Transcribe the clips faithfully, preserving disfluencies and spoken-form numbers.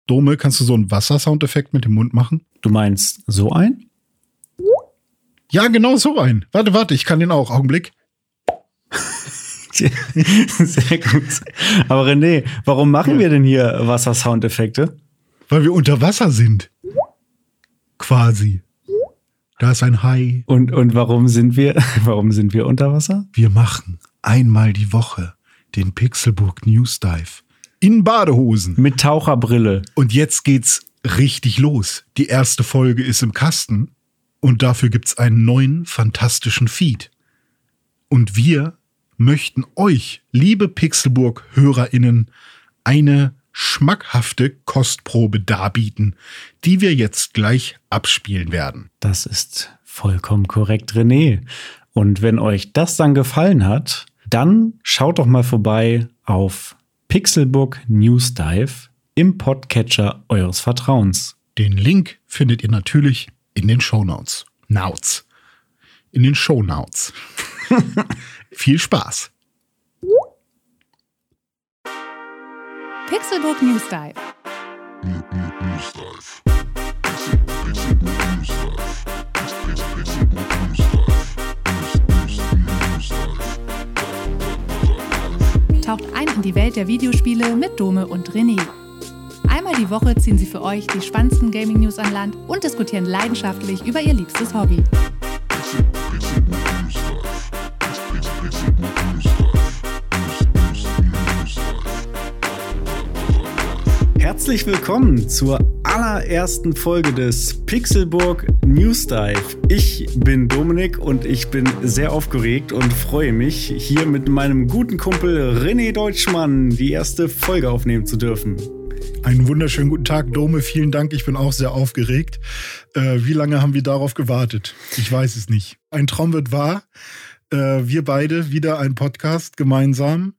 Dome, kannst du so einen Wassersoundeffekt mit dem Mund machen? Du meinst so ein? Ja, genau so ein. Warte, warte, ich kann den auch. Augenblick. Sehr gut. Aber René, warum machen ja. wir denn hier Wassersoundeffekte? Weil wir unter Wasser sind. Quasi. Da ist ein Hai. Und, und warum sind wir, warum sind wir unter Wasser? Wir machen einmal die Woche den Pixelburg News Dive. In Badehosen. Mit Taucherbrille. Und jetzt geht's richtig los. Die erste Folge ist im Kasten. Und dafür gibt's einen neuen, fantastischen Feed. Und wir möchten euch, liebe Pixelburg-HörerInnen, eine schmackhafte Kostprobe darbieten, die wir jetzt gleich abspielen werden. Das ist vollkommen korrekt, René. Und wenn euch das dann gefallen hat, dann schaut doch mal vorbei auf Pixelburg News Dive im Podcatcher eures Vertrauens. Den Link findet ihr natürlich in den Shownotes. Nauts. In den Shownauts. Viel Spaß. Pixelburg News Dive. Taucht ein in die Welt der Videospiele mit Dome und René. Einmal die Woche ziehen sie für euch die spannendsten Gaming-News an Land und diskutieren leidenschaftlich über ihr liebstes Hobby. Herzlich willkommen zur allerersten Folge des Pixelburg News Dive. Ich bin Dominik und ich bin sehr aufgeregt und freue mich, hier mit meinem guten Kumpel René Deutschmann die erste Folge aufnehmen zu dürfen. Einen wunderschönen guten Tag, Dome. Vielen Dank. Ich bin auch sehr aufgeregt. Äh, wie lange haben wir darauf gewartet? Ich weiß es nicht. Ein Traum wird wahr. Äh, wir beide wieder ein Podcast gemeinsam.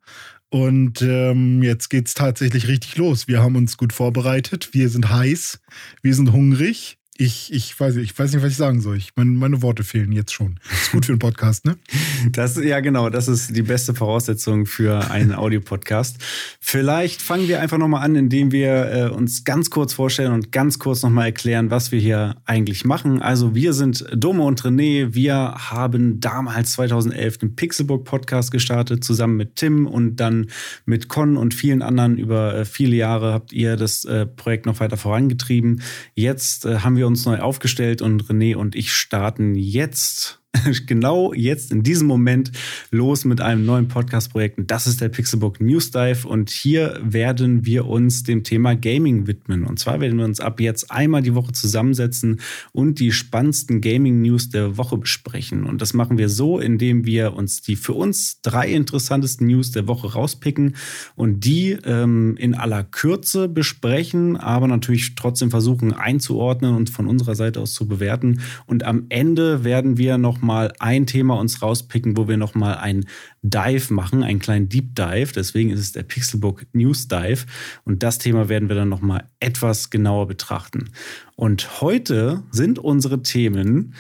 Und ähm, jetzt geht's tatsächlich richtig los. Wir haben uns gut vorbereitet. Wir sind heiß. Wir sind hungrig. Ich, ich, weiß, ich weiß nicht, was ich sagen soll. Ich, meine, meine Worte fehlen jetzt schon. Ist gut für einen Podcast, ne? Das, ja, genau. Das ist die beste Voraussetzung für einen Audiopodcast. Vielleicht fangen wir einfach nochmal an, indem wir äh, uns ganz kurz vorstellen und ganz kurz nochmal erklären, was wir hier eigentlich machen. Also wir sind Dome und René. Wir haben damals zweitausendelf den Pixelburg Podcast gestartet, zusammen mit Tim und dann mit Con und vielen anderen. Über äh, viele Jahre habt ihr das äh, Projekt noch weiter vorangetrieben. Jetzt äh, haben wir uns neu aufgestellt und René und ich starten jetzt, genau jetzt in diesem Moment los mit einem neuen Podcast-Projekt. Und das ist der Pixelburg News Dive. Und hier werden wir uns dem Thema Gaming widmen. Und zwar werden wir uns ab jetzt einmal die Woche zusammensetzen und die spannendsten Gaming-News der Woche besprechen. Und das machen wir so, indem wir uns die für uns drei interessantesten News der Woche rauspicken und die ähm, in aller Kürze besprechen, aber natürlich trotzdem versuchen einzuordnen und von unserer Seite aus zu bewerten. Und am Ende werden wir noch mal ein Thema uns rauspicken, wo wir noch mal ein Dive machen, einen kleinen Deep Dive. Deswegen ist es der Pixelburg News Dive. Und das Thema werden wir dann noch mal etwas genauer betrachten. Und heute sind unsere Themen: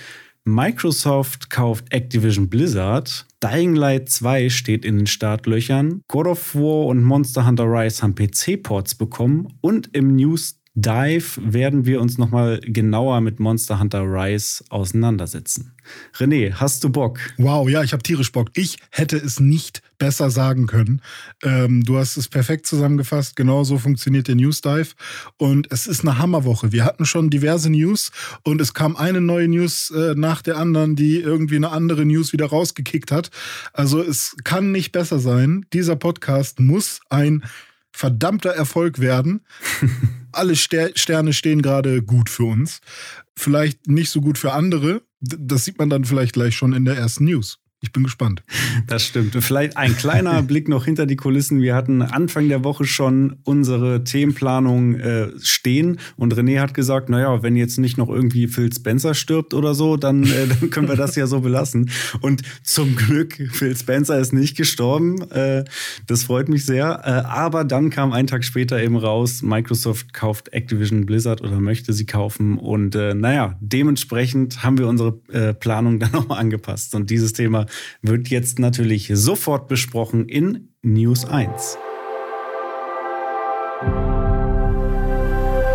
Microsoft kauft Activision Blizzard, Dying Light zwei steht in den Startlöchern, God of War und Monster Hunter Rise haben P C-Ports bekommen und im News Dive werden wir uns nochmal genauer mit Monster Hunter Rise auseinandersetzen. René, hast du Bock? Wow, ja, ich habe tierisch Bock. Ich hätte es nicht besser sagen können. Ähm, du hast es perfekt zusammengefasst. Genau so funktioniert der News Dive. Und es ist eine Hammerwoche. Wir hatten schon diverse News und es kam eine neue News äh, nach der anderen, die irgendwie eine andere News wieder rausgekickt hat. Also es kann nicht besser sein. Dieser Podcast muss ein verdammter Erfolg werden. Alle Ster- Sterne stehen gerade gut für uns. Vielleicht nicht so gut für andere. Das sieht man dann vielleicht gleich schon in der ersten News. Ich bin gespannt. Das stimmt. Vielleicht ein kleiner Blick noch hinter die Kulissen. Wir hatten Anfang der Woche schon unsere Themenplanung äh, stehen und René hat gesagt, naja, wenn jetzt nicht noch irgendwie Phil Spencer stirbt oder so, dann, äh, dann können wir das ja so belassen. Und zum Glück, Phil Spencer ist nicht gestorben. Äh, das freut mich sehr. Äh, aber dann kam einen Tag später eben raus, Microsoft kauft Activision Blizzard oder möchte sie kaufen. Und äh, naja, dementsprechend haben wir unsere äh, Planung dann nochmal angepasst. Und dieses Thema wird jetzt natürlich sofort besprochen in News eins.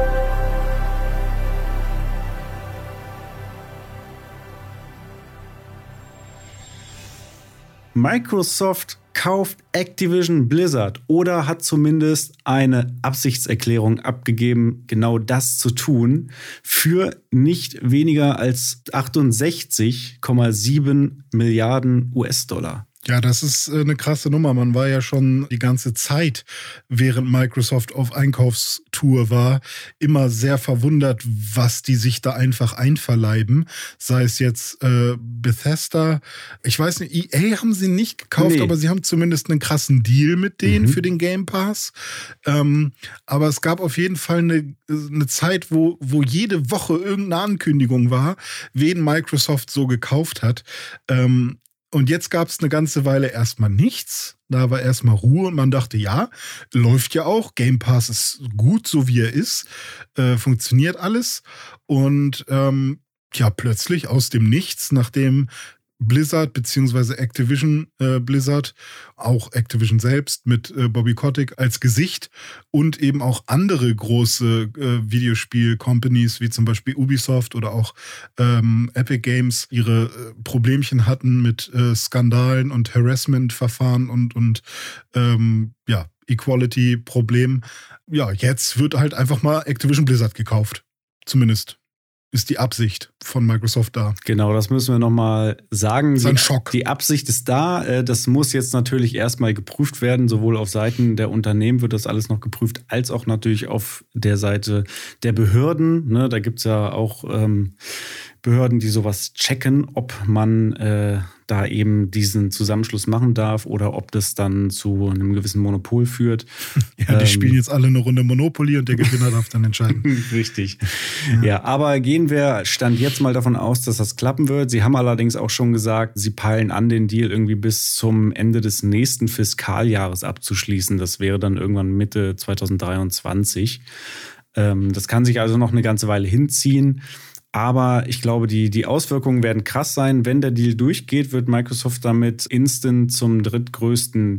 Microsoft kauft Activision Blizzard oder hat zumindest eine Absichtserklärung abgegeben, genau das zu tun, für nicht weniger als achtundsechzig Komma sieben Milliarden U S-Dollar. Ja, das ist eine krasse Nummer. Man war ja schon die ganze Zeit, während Microsoft auf Einkaufstour war, immer sehr verwundert, was die sich da einfach einverleiben. Sei es jetzt äh, Bethesda. Ich weiß nicht, E A haben sie nicht gekauft, nee. aber sie haben zumindest einen krassen Deal mit denen mhm. für den Game Pass. Ähm, aber es gab auf jeden Fall eine, eine Zeit, wo, wo jede Woche irgendeine Ankündigung war, wen Microsoft so gekauft hat. Ähm, Und jetzt gab es eine ganze Weile erstmal nichts. Da war erstmal Ruhe und man dachte, ja, läuft ja auch. Game Pass ist gut, so wie er ist. Äh, funktioniert alles. Und ähm, ja, plötzlich aus dem Nichts, nachdem Blizzard beziehungsweise Activision äh, Blizzard, auch Activision selbst mit äh, Bobby Kotick als Gesicht und eben auch andere große äh, Videospiel-Companies wie zum Beispiel Ubisoft oder auch ähm, Epic Games ihre äh, Problemchen hatten mit äh, Skandalen und Harassment-Verfahren und, und ähm, ja, Equality-Problemen. Ja, jetzt wird halt einfach mal Activision Blizzard gekauft. Zumindest ist die Absicht von Microsoft da. Genau, das müssen wir nochmal sagen. Das ist ein Schock. Die Absicht ist da. Das muss jetzt natürlich erstmal geprüft werden. Sowohl auf Seiten der Unternehmen wird das alles noch geprüft, als auch natürlich auf der Seite der Behörden. Ne, da gibt es ja auch ähm, Behörden, die sowas checken, ob man äh, da eben diesen Zusammenschluss machen darf oder ob das dann zu einem gewissen Monopol führt. Ja, die ähm, spielen jetzt alle eine Runde Monopoly und der Gewinner darf dann entscheiden. Richtig. Ja. ja, aber gehen wir Stand jetzt mal davon aus, dass das klappen wird. Sie haben allerdings auch schon gesagt, sie peilen an, den Deal irgendwie bis zum Ende des nächsten Fiskaljahres abzuschließen. Das wäre dann irgendwann Mitte zwanzig dreiundzwanzig. Ähm, das kann sich also noch eine ganze Weile hinziehen. Aber ich glaube, die, die Auswirkungen werden krass sein. Wenn der Deal durchgeht, wird Microsoft damit instant zum drittgrößten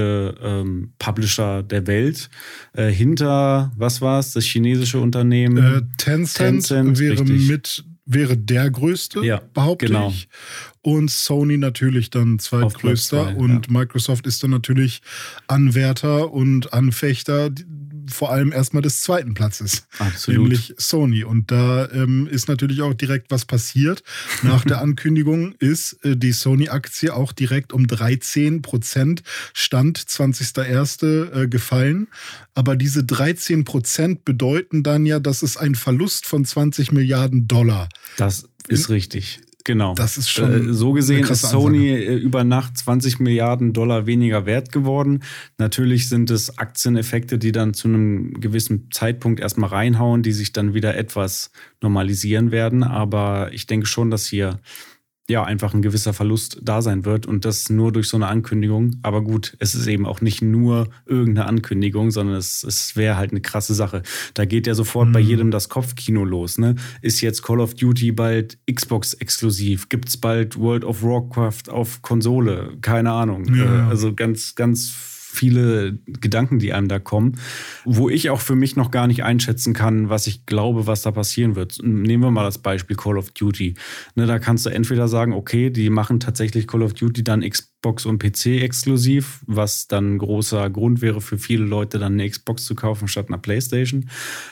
Spiele-Publisher ähm, der Welt. Äh, hinter, was war es, das chinesische Unternehmen? Äh, Tencent, Tencent wäre mit wäre der größte, ja, behaupte genau. ich. Und Sony natürlich dann zweitgrößter. Zwei, und ja. Microsoft ist dann natürlich Anwärter und Anfechter vor allem erstmal des zweiten Platzes. Absolut. Nämlich Sony. Und da ähm, ist natürlich auch direkt was passiert. Nach der Ankündigung ist äh, die Sony-Aktie auch direkt um dreizehn Prozent Stand zwanzigster erster äh, gefallen. Aber diese dreizehn Prozent bedeuten dann ja, dass es ein Verlust von zwanzig Milliarden Dollar. Das ist in, richtig. Genau. Das ist schon äh, so gesehen ist Sony Ansage. über Nacht zwanzig Milliarden Dollar weniger wert geworden. Natürlich sind es Aktieneffekte, die dann zu einem gewissen Zeitpunkt erstmal reinhauen, die sich dann wieder etwas normalisieren werden. Aber ich denke schon, dass hier ja einfach ein gewisser Verlust da sein wird und das nur durch so eine Ankündigung. Aber gut, es ist eben auch nicht nur irgendeine Ankündigung, sondern es, es wäre halt eine krasse Sache. Da geht ja sofort mhm. bei jedem das Kopfkino los. Ne? Ist jetzt Call of Duty bald Xbox-exklusiv? Gibt es bald World of Warcraft auf Konsole? Keine Ahnung. Ja. Also ganz, ganz viele Gedanken, die einem da kommen, wo ich auch für mich noch gar nicht einschätzen kann, was ich glaube, was da passieren wird. Nehmen wir mal das Beispiel Call of Duty. Ne, da kannst du entweder sagen, okay, die machen tatsächlich Call of Duty dann Xbox und P C exklusiv, was dann ein großer Grund wäre für viele Leute, dann eine Xbox zu kaufen statt einer PlayStation.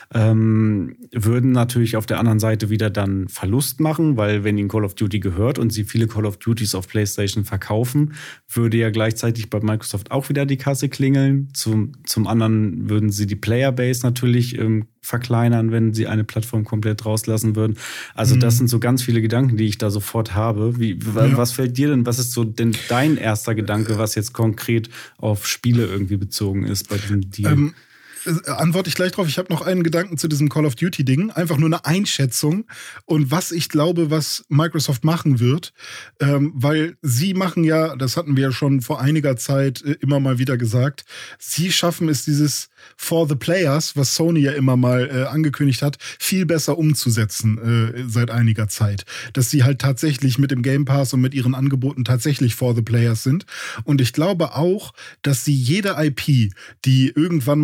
Ähm, würden natürlich auf der anderen Seite wieder dann Verlust machen, weil wenn ihnen Call of Duty gehört und sie viele Call of Duties auf PlayStation verkaufen, würde ja gleichzeitig bei Microsoft auch wieder die Kasse klingeln. Zum, zum anderen würden sie die Playerbase natürlich ähm, verkleinern, wenn sie eine Plattform komplett rauslassen würden. Also mhm. das sind so ganz viele Gedanken, die ich da sofort habe. Wie, ja. Was fällt dir denn, was ist so denn dein erster Gedanke, was jetzt konkret auf Spiele irgendwie bezogen ist bei diesem Deal? Ähm. Antworte ich gleich drauf. Ich habe noch einen Gedanken zu diesem Call of Duty-Ding. Einfach nur eine Einschätzung und was ich glaube, was Microsoft machen wird. Ähm, weil sie machen ja, das hatten wir ja schon vor einiger Zeit äh, immer mal wieder gesagt, sie schaffen es, dieses For the Players, was Sony ja immer mal äh, angekündigt hat, viel besser umzusetzen äh, seit einiger Zeit. Dass sie halt tatsächlich mit dem Game Pass und mit ihren Angeboten tatsächlich For the Players sind. Und ich glaube auch, dass sie jede I P, die irgendwann mal Multiplayer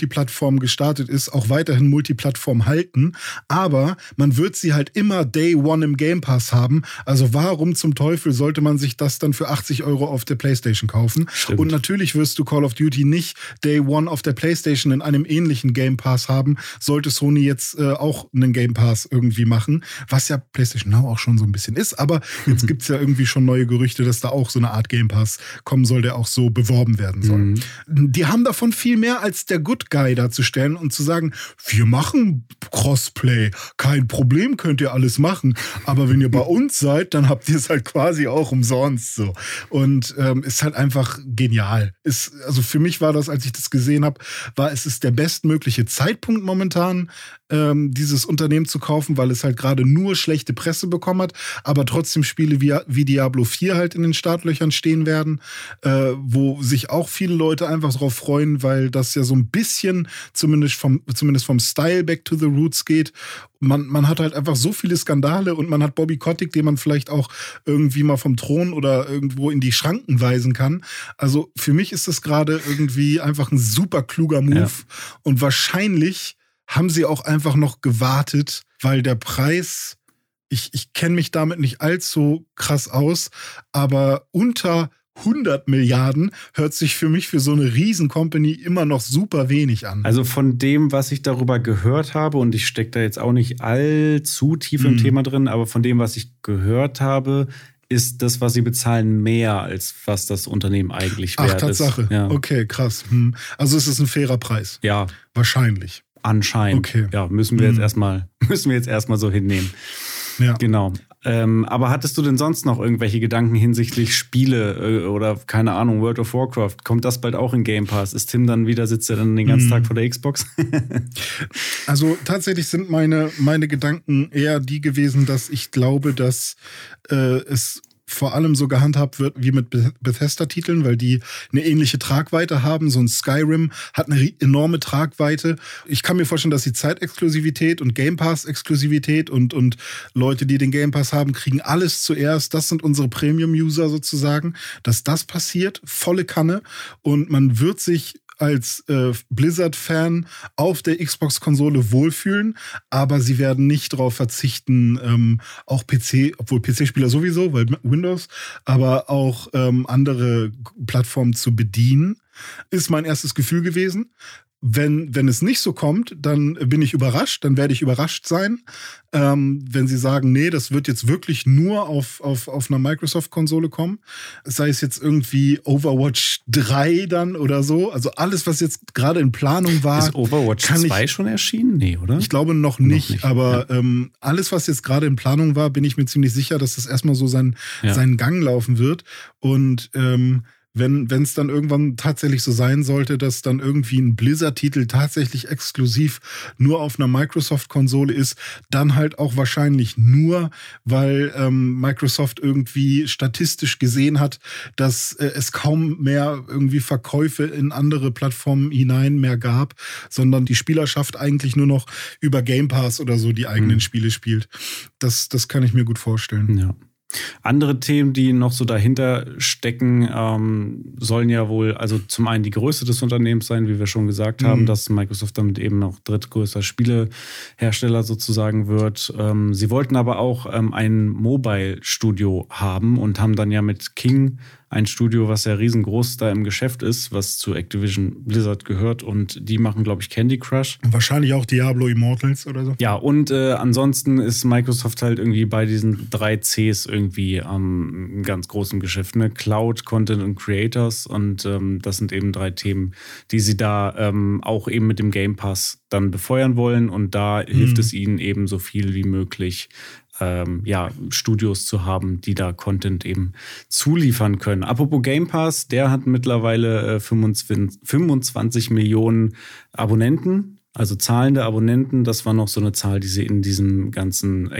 Multiplattform gestartet ist, auch weiterhin Multiplattform halten. Aber man wird sie halt immer Day One im Game Pass haben. Also warum zum Teufel sollte man sich das dann für achtzig Euro auf der PlayStation kaufen? Stimmt. Und natürlich wirst du Call of Duty nicht Day One auf der PlayStation in einem ähnlichen Game Pass haben, sollte Sony jetzt äh, auch einen Game Pass irgendwie machen, was ja PlayStation Now auch schon so ein bisschen ist. Aber jetzt gibt es ja irgendwie schon neue Gerüchte, dass da auch so eine Art Game Pass kommen soll, der auch so beworben werden soll. Mhm. Die haben davon viel mehr als der Good Guy darzustellen und zu sagen, wir machen Crossplay, kein Problem, könnt ihr alles machen. Aber wenn ihr bei uns seid, dann habt ihr es halt quasi auch umsonst so. Und ähm, ist halt einfach genial. Ist, also für mich war das, als ich das gesehen habe, war es ist der bestmögliche Zeitpunkt momentan, ähm, dieses Unternehmen zu kaufen, weil es halt gerade nur schlechte Presse bekommen hat, aber trotzdem Spiele wie, wie Diablo vier halt in den Startlöchern stehen werden, äh, wo sich auch viele Leute einfach drauf freuen, weil das ja so ein bisschen zumindest vom, zumindest vom Style back to the roots geht. Man, man hat halt einfach so viele Skandale und man hat Bobby Kotick, den man vielleicht auch irgendwie mal vom Thron oder irgendwo in die Schranken weisen kann. Also für mich ist das gerade irgendwie einfach ein super kluger Move. Ja. Und wahrscheinlich haben sie auch einfach noch gewartet, weil der Preis, ich, ich kenne mich damit nicht allzu krass aus, aber unter hundert Milliarden hört sich für mich für so eine Riesen-Company immer noch super wenig an. Also von dem, was ich darüber gehört habe, und ich stecke da jetzt auch nicht allzu tief im mhm. Thema drin, aber von dem, was ich gehört habe, ist das, was sie bezahlen, mehr, als was das Unternehmen eigentlich wert ist. Ach, Tatsache. Ist. Ja. Okay, krass. Hm. Also es ist ein fairer Preis. Ja. Wahrscheinlich. Anscheinend. Okay. Ja, müssen wir hm. jetzt erstmal, müssen wir jetzt erstmal so hinnehmen. Ja. Genau. Ähm, aber hattest du denn sonst noch irgendwelche Gedanken hinsichtlich Spiele äh, oder, keine Ahnung, World of Warcraft? Kommt das bald auch in Game Pass? Ist Tim dann wieder, sitzt er dann den ganzen mm. Tag vor der Xbox? Also tatsächlich sind meine, meine Gedanken eher die gewesen, dass ich glaube, dass äh, es vor allem so gehandhabt wird wie mit Bethesda-Titeln, weil die eine ähnliche Tragweite haben. So ein Skyrim hat eine enorme Tragweite. Ich kann mir vorstellen, dass die Zeitexklusivität und Game Pass-Exklusivität und, und Leute, die den Game Pass haben, kriegen alles zuerst. Das sind unsere Premium-User sozusagen. Dass das passiert, volle Kanne. Und man wird sich als äh, Blizzard-Fan auf der Xbox-Konsole wohlfühlen, aber sie werden nicht darauf verzichten, ähm, auch P C, obwohl P C-Spieler sowieso, weil Windows, aber auch ähm, andere Plattformen zu bedienen, ist mein erstes Gefühl gewesen. Wenn, wenn es nicht so kommt, dann bin ich überrascht, dann werde ich überrascht sein. Ähm, wenn sie sagen, nee, das wird jetzt wirklich nur auf, auf, auf einer Microsoft-Konsole kommen, sei es jetzt irgendwie Overwatch drei dann oder so, also alles, was jetzt gerade in Planung war. Ist Overwatch zwei schon erschienen? Nee, oder? Ich glaube noch nicht, noch nicht aber ja. ähm, alles, was jetzt gerade in Planung war, bin ich mir ziemlich sicher, dass das erstmal so sein, ja. seinen Gang laufen wird. Und ähm, Wenn es dann irgendwann tatsächlich so sein sollte, dass dann irgendwie ein Blizzard-Titel tatsächlich exklusiv nur auf einer Microsoft-Konsole ist, dann halt auch wahrscheinlich nur, weil ähm, Microsoft irgendwie statistisch gesehen hat, dass äh, es kaum mehr irgendwie Verkäufe in andere Plattformen hinein mehr gab, sondern die Spielerschaft eigentlich nur noch über Game Pass oder so die eigenen mhm. Spiele spielt. Das, das kann ich mir gut vorstellen. Ja. Andere Themen, die noch so dahinter stecken, ähm, sollen ja wohl, also zum einen die Größe des Unternehmens sein, wie wir schon gesagt haben, mhm. dass Microsoft damit eben noch drittgrößter Spielehersteller sozusagen wird. Ähm, sie wollten aber auch ähm, ein Mobile-Studio haben und haben dann ja mit King ein Studio, was ja riesengroß da im Geschäft ist, was zu Activision Blizzard gehört, und die machen, glaube ich, Candy Crush. Und wahrscheinlich auch Diablo Immortals oder so. Ja, und äh, ansonsten ist Microsoft halt irgendwie bei diesen drei Cs irgendwie ähm, im ganz großen Geschäft, ne? Cloud, Content und Creators, und ähm, das sind eben drei Themen, die sie da ähm, auch eben mit dem Game Pass dann befeuern wollen, und da mhm. hilft es ihnen eben so viel wie möglich, Ähm, ja, Studios zu haben, die da Content eben zuliefern können. Apropos Game Pass, der hat mittlerweile äh, fünfundzwanzig Millionen Abonnenten, also zahlende Abonnenten. Das war noch so eine Zahl, die sie in diesem ganzen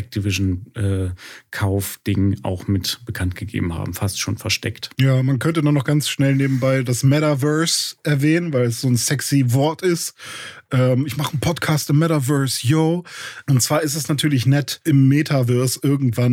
Activision-Kauf-Ding äh, auch mit bekannt gegeben haben, fast schon versteckt. Ja, man könnte nur noch ganz schnell nebenbei das Metaverse erwähnen, weil es so ein sexy Wort ist. Ähm, ich mache einen Podcast im Metaverse, yo. Und zwar ist es natürlich nett, im Metaverse irgendwann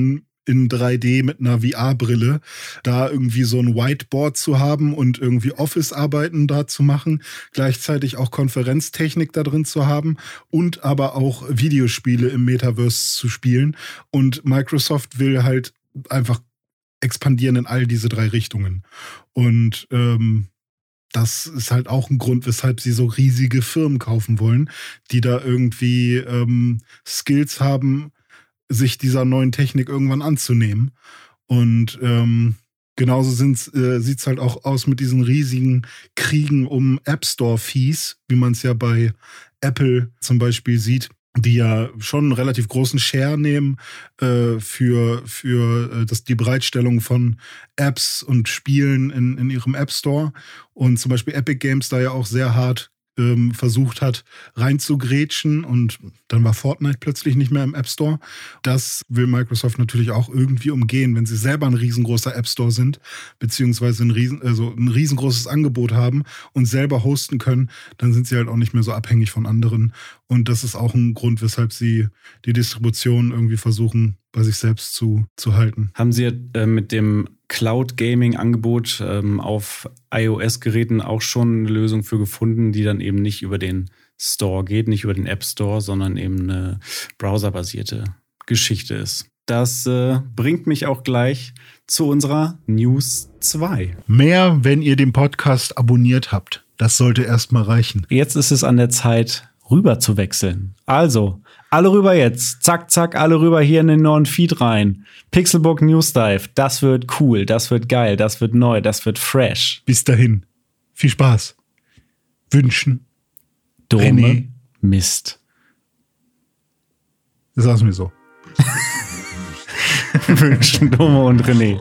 in drei D mit einer V R-Brille, da irgendwie so ein Whiteboard zu haben und irgendwie Office-Arbeiten da zu machen, gleichzeitig auch Konferenztechnik da drin zu haben und aber auch Videospiele im Metaverse zu spielen. Und Microsoft will halt einfach expandieren in all diese drei Richtungen. Und ähm, das ist halt auch ein Grund, weshalb sie so riesige Firmen kaufen wollen, die da irgendwie ähm, Skills haben, sich dieser neuen Technik irgendwann anzunehmen. Und ähm, genauso äh, sieht es halt auch aus mit diesen riesigen Kriegen um App Store-Fees, wie man es ja bei Apple zum Beispiel sieht, die ja schon einen relativ großen Share nehmen äh, für, für äh, das, die Bereitstellung von Apps und Spielen in, in ihrem App Store. Und zum Beispiel Epic Games da ja auch sehr hart ähm, versucht hat, reinzugrätschen, und dann war Fortnite plötzlich nicht mehr im App Store. Das will Microsoft natürlich auch irgendwie umgehen, wenn sie selber ein riesengroßer App Store sind, beziehungsweise ein, riesen, also ein riesengroßes Angebot haben und selber hosten können, dann sind sie halt auch nicht mehr so abhängig von anderen. Und das ist auch ein Grund, weshalb sie die Distribution irgendwie versuchen, bei sich selbst zu, zu halten. Haben Sie äh, mit dem Cloud-Gaming-Angebot ähm, auf iOS-Geräten auch schon eine Lösung für gefunden, die dann eben nicht über den Store geht, nicht über den App Store, sondern eben eine browserbasierte Geschichte ist? Das äh, bringt mich auch gleich zu unserer News zwei. Mehr, wenn ihr den Podcast abonniert habt. Das sollte erstmal reichen. Jetzt ist es an der Zeit, rüber zu wechseln. Also, alle rüber jetzt. Zack, zack, alle rüber hier in den neuen Feed rein. Pixelbook News Dive. Das wird cool, das wird geil, das wird neu, das wird fresh. Bis dahin. Viel Spaß. Wünschen. Dome René. Mist. Das sag's mir so. Wünschen Dome und René.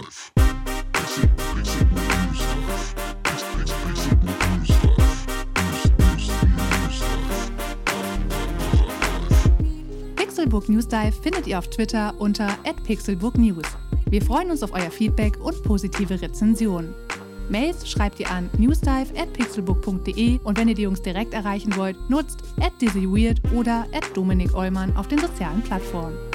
Pixelbook News Dive findet ihr auf Twitter unter at pixelbooknews. Wir freuen uns auf euer Feedback und positive Rezensionen. Mails schreibt ihr an newsdive at pixelbook punkt de, und wenn ihr die Jungs direkt erreichen wollt, nutzt at dizzyweird oder at Dominik Eulmann auf den sozialen Plattformen.